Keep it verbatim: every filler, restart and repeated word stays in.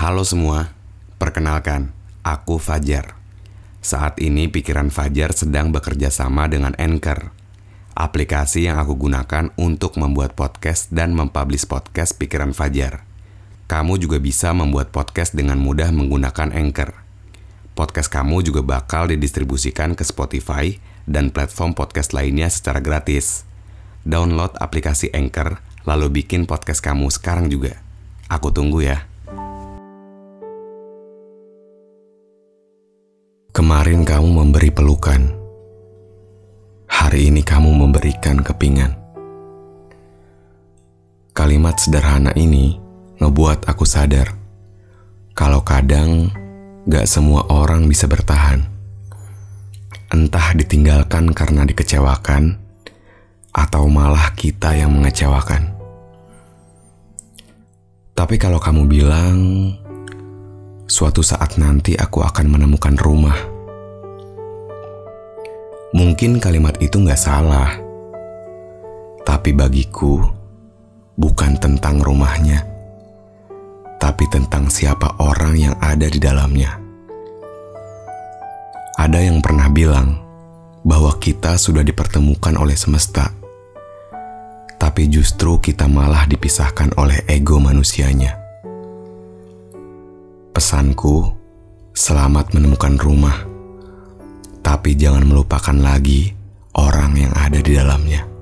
Halo semua, perkenalkan, aku Fajar. Saat ini pikiran Fajar sedang bekerja sama dengan Anchor, aplikasi yang aku gunakan untuk membuat podcast dan mempublish podcast pikiran Fajar. Kamu juga bisa membuat podcast dengan mudah menggunakan Anchor. Podcast kamu juga bakal didistribusikan ke Spotify dan platform podcast lainnya secara gratis. Download aplikasi Anchor, lalu bikin podcast kamu sekarang juga. Aku tunggu ya. Kemarin kamu memberi pelukan. Hari ini kamu memberikan kepingan. Kalimat sederhana ini ngebuat aku sadar kalau kadang gak semua orang bisa bertahan. Entah ditinggalkan karena dikecewakan, atau malah kita yang mengecewakan. Tapi kalau kamu bilang, suatu saat nanti aku akan menemukan rumah. Mungkin kalimat itu gak salah, tapi bagiku bukan tentang rumahnya, tapi tentang siapa orang yang ada di dalamnya. Ada yang pernah bilang bahwa kita sudah dipertemukan oleh semesta, tapi justru kita malah dipisahkan oleh ego manusianya. Pesanku, selamat menemukan rumah, tapi jangan melupakan lagi orang yang ada di dalamnya.